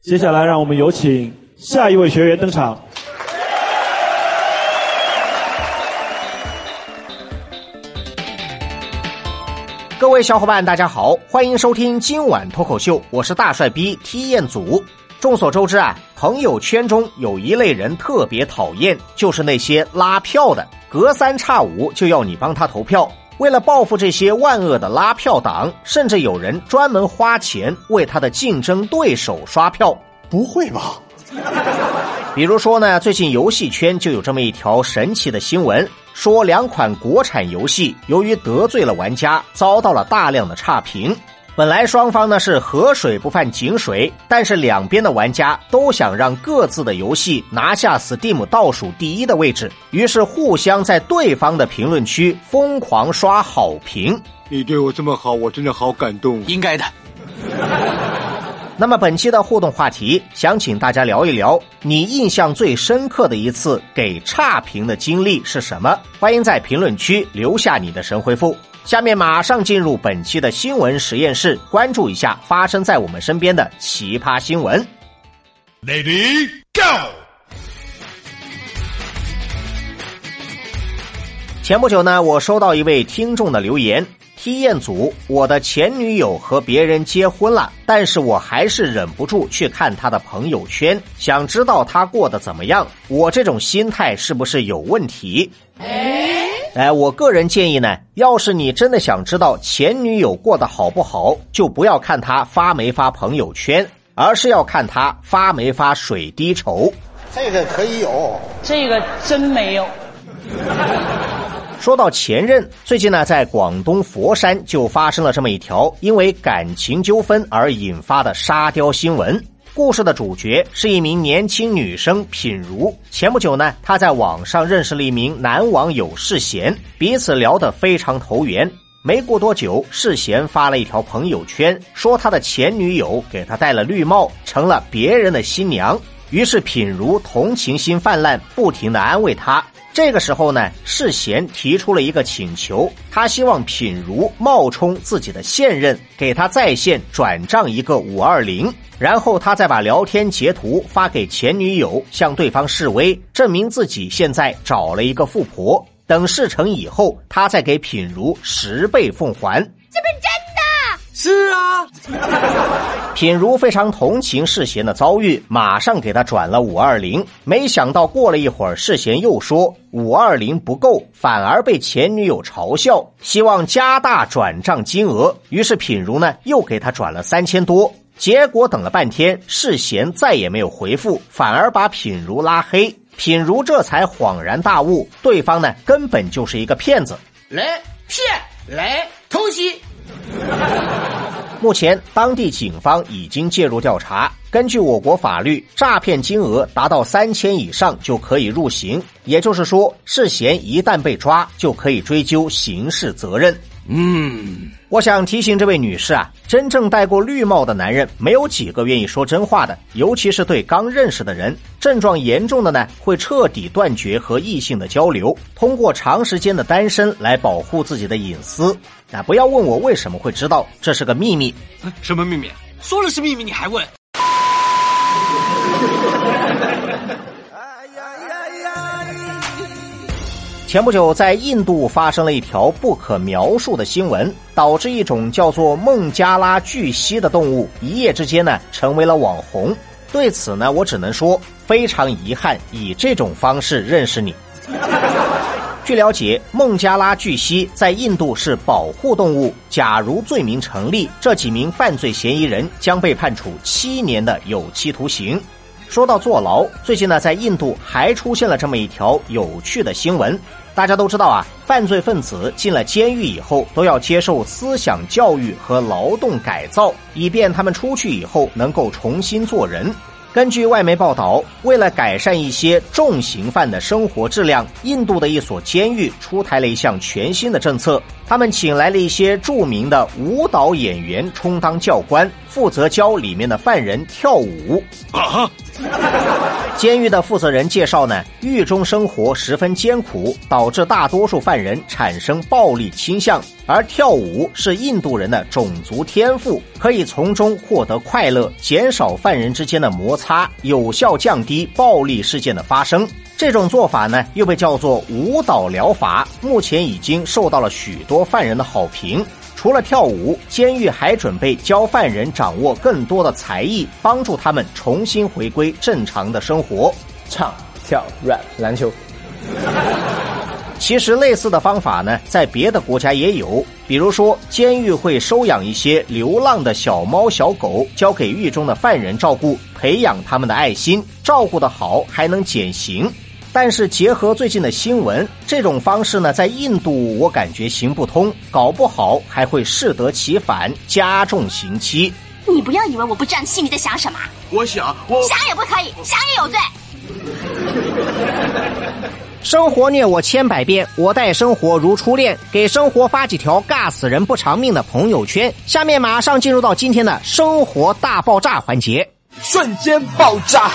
接下来让我们有请下一位学员登场。 各位小伙伴大家好，欢迎收听今晚脱口秀，我是大帅逼踢彦祖。众所周知啊，朋友圈中有一类人特别讨厌，就是那些拉票的，隔三差五就要你帮他投票。为了报复这些万恶的拉票党，甚至有人专门花钱为他的竞争对手刷票。 不会吧？ 比如说呢，最近游戏圈就有这么一条神奇的新闻，说2款国产游戏由于得罪了玩家，遭到了大量的差评。本来双方呢是河水不犯井水，但是两边的玩家都想让各自的游戏拿下 Steam 倒数第一的位置，于是互相在对方的评论区疯狂刷好评。 你对我这么好，我真的好感动。 应该的。 那么本期的互动话题，想请大家聊一聊你印象最深刻的一次给差评的经历是什么？欢迎在评论区留下你的神回复。下面马上进入本期的新闻实验室，关注一下发生在我们身边的奇葩新闻。 Lady Go。 前不久呢，我收到一位听众的留言，踢彦祖，我的前女友和别人结婚了，但是我还是忍不住去看她的朋友圈，想知道她过得怎么样，我这种心态是不是有问题？我个人建议呢，要是你真的想知道前女友过得好不好，就不要看她发没发朋友圈，而是要看她发没发水滴筹。 这个可以有， 这个真没有。 说到前任，最近呢，在广东佛山就发生了这么一条因为感情纠纷而引发的沙雕新闻。故事的主角是一名年轻女生品如。前不久呢，她在网上认识了一名男网友世贤，彼此聊得非常投缘。没过多久，世贤发了一条朋友圈，说他的前女友给他戴了绿帽，成了别人的新娘。于是品如同情心泛滥，不停地安慰他。这个时候呢，世贤提出了一个请求，他希望品如冒充自己的现任，给他在线转账一个520，然后他再把聊天截图发给前女友，向对方示威，证明自己现在找了一个富婆，等事成以后，他再给品如10倍奉还。 这不是真的？ 是啊。 品如非常同情世贤的遭遇，马上给他转了520，没想到过了一会儿，世贤又说520不够，反而被前女友嘲笑，希望加大转账金额。于是品如呢又给他转了3000多，结果等了半天，世贤再也没有回复，反而把品如拉黑。品如这才恍然大悟，对方呢根本就是一个骗子， 来骗，来偷袭。 目前当地警方已经介入调查，根据我国法律，诈骗金额达到3000以上就可以入刑，也就是说世贤一旦被抓就可以追究刑事责任。我想提醒这位女士啊，真正戴过绿帽的男人没有几个愿意说真话的，尤其是对刚认识的人。症状严重的呢，会彻底断绝和异性的交流，通过长时间的单身来保护自己的隐私。不要问我为什么会知道，这是个秘密。 什么秘密？说了是秘密你还问？ 前不久在印度发生了一条不可描述的新闻，导致一种叫做孟加拉巨蜥的动物一夜之间呢成为了网红。对此呢，我只能说非常遗憾以这种方式认识你。据了解，孟加拉巨蜥在印度是保护动物，假如罪名成立，这几名犯罪嫌疑人将被判处7年的有期徒刑。说到坐牢，最近呢，在印度还出现了这么一条有趣的新闻。大家都知道啊，犯罪分子进了监狱以后都要接受思想教育和劳动改造，以便他们出去以后能够重新做人。根据外媒报道，为了改善一些重刑犯的生活质量，印度的一所监狱出台了一项全新的政策，他们请来了一些著名的舞蹈演员充当教官，负责教里面的犯人跳舞。 监狱的负责人介绍呢，狱中生活十分艰苦，导致大多数犯人产生暴力倾向，而跳舞是印度人的种族天赋，可以从中获得快乐，减少犯人之间的摩擦，有效降低暴力事件的发生。这种做法呢，又被叫做舞蹈疗法，目前已经受到了许多犯人的好评。除了跳舞，监狱还准备教犯人掌握更多的才艺，帮助他们重新回归正常的生活。 唱、跳、rap、篮球。 其实类似的方法呢，在别的国家也有，比如说监狱会收养一些流浪的小猫小狗，交给狱中的犯人照顾，培养他们的爱心，照顾得好还能减刑。但是结合最近的新闻，这种方式呢，在印度我感觉行不通，搞不好还会适得其反，加重刑期。 你不要以为我不知道你心里在想什么。 我想想也不可以，想也有罪。 生活虐我千百遍，我待生活如初恋，给生活发几条尬死人不偿命的朋友圈。下面马上进入到今天的生活大爆炸环节， 瞬间爆炸。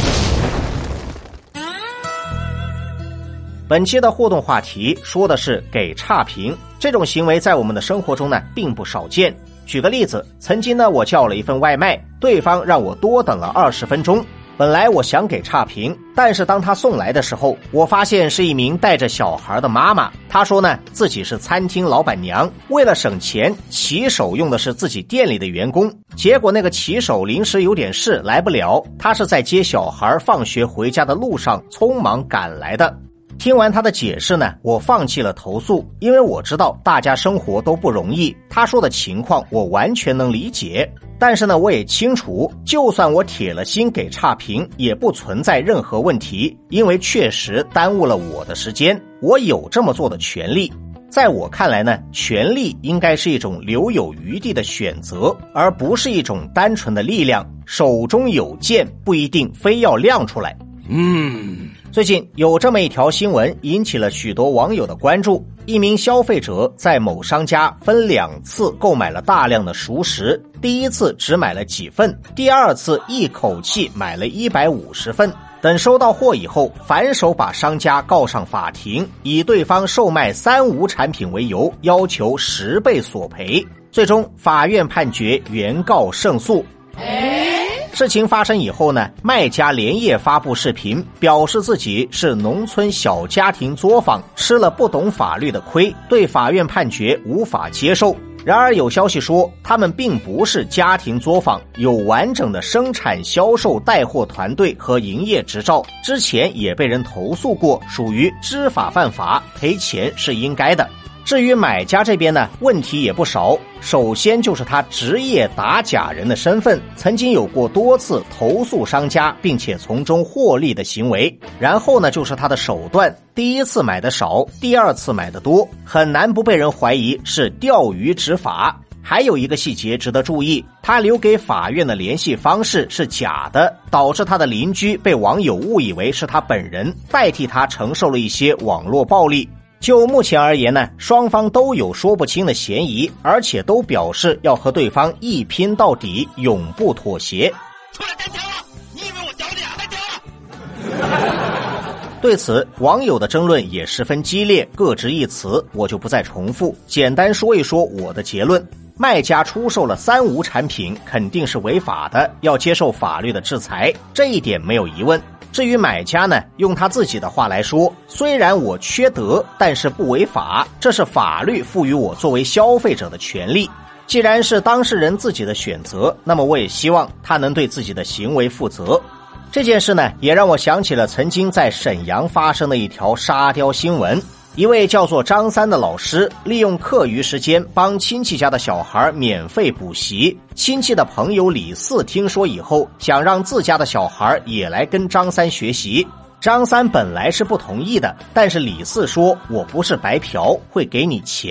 本期的互动话题说的是给差评，这种行为在我们的生活中呢并不少见。举个例子，曾经呢我叫了一份外卖，对方让我多等了20分钟。本来我想给差评，但是当他送来的时候，我发现是一名带着小孩的妈妈。她说呢，自己是餐厅老板娘，为了省钱，骑手用的是自己店里的员工。结果那个骑手临时有点事来不了，他是在接小孩放学回家的路上匆忙赶来的。听完他的解释呢，我放弃了投诉，因为我知道大家生活都不容易，他说的情况我完全能理解。但是呢，我也清楚，就算我铁了心给差评，也不存在任何问题，因为确实耽误了我的时间，我有这么做的权利。在我看来呢，权利应该是一种留有余地的选择，而不是一种单纯的力量。手中有剑，不一定非要亮出来。最近有这么一条新闻引起了许多网友的关注，一名消费者在某商家分2次购买了大量的熟食，第一次只买了几份，第二次一口气买了150份。等收到货以后，反手把商家告上法庭，以对方售卖3无产品为由，要求10倍索赔。最终法院判决原告胜诉。事情发生以后呢，卖家连夜发布视频，表示自己是农村小家庭作坊，吃了不懂法律的亏，对法院判决无法接受。然而有消息说，他们并不是家庭作坊，有完整的生产、销售、带货团队和营业执照，之前也被人投诉过，属于知法犯法，赔钱是应该的。至于买家这边呢，问题也不少。首先就是他职业打假人的身份，曾经有过多次投诉商家并且从中获利的行为。然后呢，就是他的手段，第一次买的少，第二次买的多，很难不被人怀疑是钓鱼执法。还有一个细节值得注意，他留给法院的联系方式是假的，导致他的邻居被网友误以为是他本人，代替他承受了一些网络暴力。就目前而言呢，双方都有说不清的嫌疑，而且都表示要和对方一拼到底，永不妥协。 出来单挑了！你以为我屌你啊？单挑了！ 对此，网友的争论也十分激烈，各执一词，我就不再重复，简单说一说我的结论。卖家出售了3无产品，肯定是违法的，要接受法律的制裁，这一点没有疑问。至于买家呢，用他自己的话来说，虽然我缺德，但是不违法，这是法律赋予我作为消费者的权利。既然是当事人自己的选择，那么我也希望他能对自己的行为负责。这件事呢，也让我想起了曾经在沈阳发生的一条沙雕新闻。一位叫做张三的老师，利用课余时间帮亲戚家的小孩免费补习。亲戚的朋友李四听说以后，想让自家的小孩也来跟张三学习。张三本来是不同意的，但是李四说，我不是白嫖，会给你钱。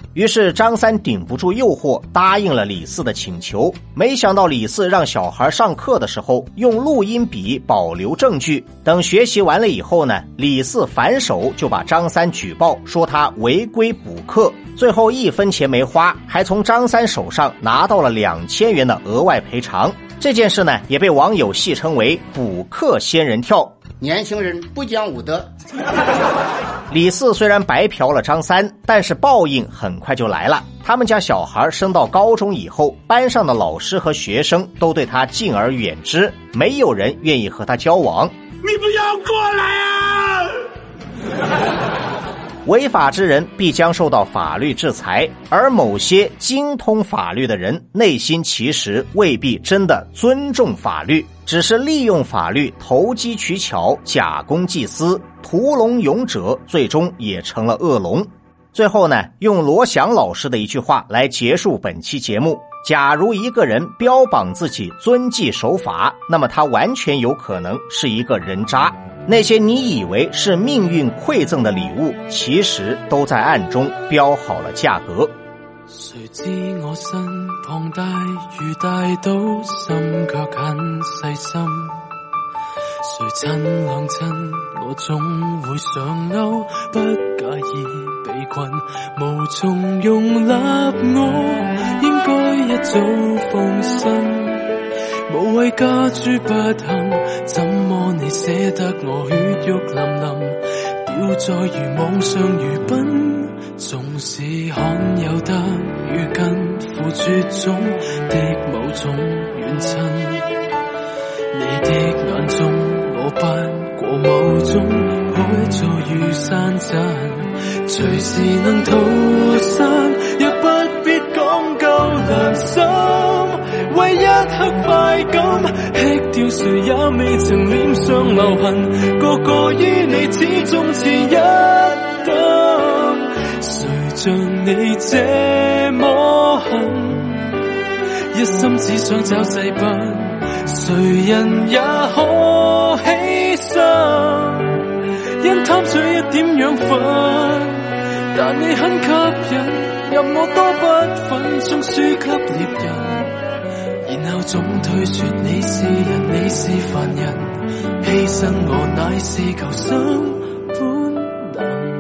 于是张三顶不住诱惑，答应了李四的请求。没想到李四让小孩上课的时候用录音笔保留证据，等学习完了以后呢，李四反手就把张三举报，说他违规补课，最后1分钱没花，还从张三手上拿到了2000元的额外赔偿。这件事呢，也被网友戏称为补课仙人跳。 年轻人不讲武德。 李四虽然白嫖了张三，但是报应很快就来了。他们家小孩升到高中以后，班上的老师和学生都对他敬而远之，没有人愿意和他交往。 你不要过来啊！ 违法之人必将受到法律制裁，而某些精通法律的人内心其实未必真的尊重法律，只是利用法律投机取巧，假公济私，屠龙勇者最终也成了恶龙。最后呢，用罗翔老师的一句话来结束本期节目：假如一个人标榜自己遵纪守法，那么他完全有可能是一个人渣。那些你以为是命运馈赠的礼物，其實都在暗中標好了價格。 誰知我身龐大如大島，心卻很細心。誰親兩親，我總會上鈎，不介意被困，無從容納我，應該一早放心。無謂加諸不幸，怎麼你捨得我血肉淋淋，掉在漁網上如賓，總是罕有得如近乎絕種的某種遠親。你的眼中我不過某種海藻與山珍，隨時能逃散，又不必講究良心。為一刻快感，吃掉誰也未曾臉上留痕，個個於你始終似一等。誰像你這麼狠，一心只想找祭品，誰人也可犧牲，因貪取一點養分，但你很吸引，任我多不忿，終輸給獵人。然後總推說你是人，你是凡人，犧牲我乃是求生本能。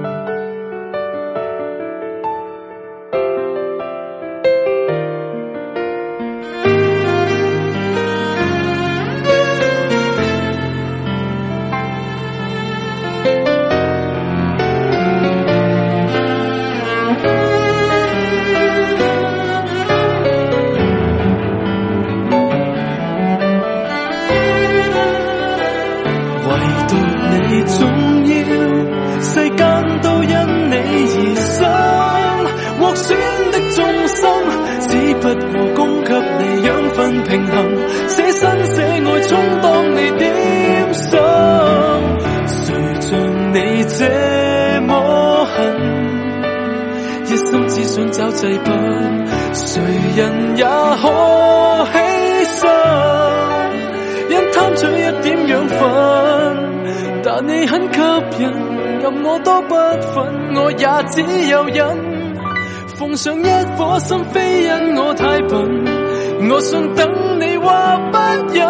平衡，捨身捨愛充當你點心，誰像你這麼狠，一心只想找祭品，誰人也可犧牲，因貪取一點養分，但你很吸引，任我多不忿，我也只有忍，奉上一顆心非因我太笨，我想等你話不忍，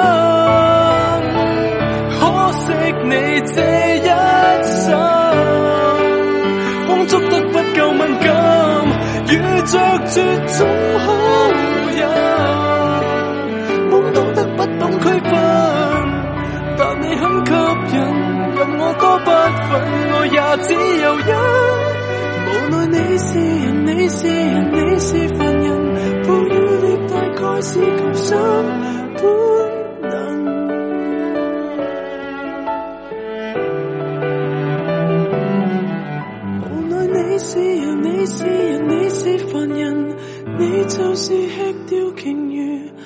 可惜你這一生風捉得不夠敏感，遇着絕種好人，懵懂得不懂區分，但你很吸引，任我多不忿，我也只有忍。無奈你是人，你是人，你是凡人，哺乳你大概是求生本能。無奈你是人，你是人，你是凡人，你就是吃掉鯨魚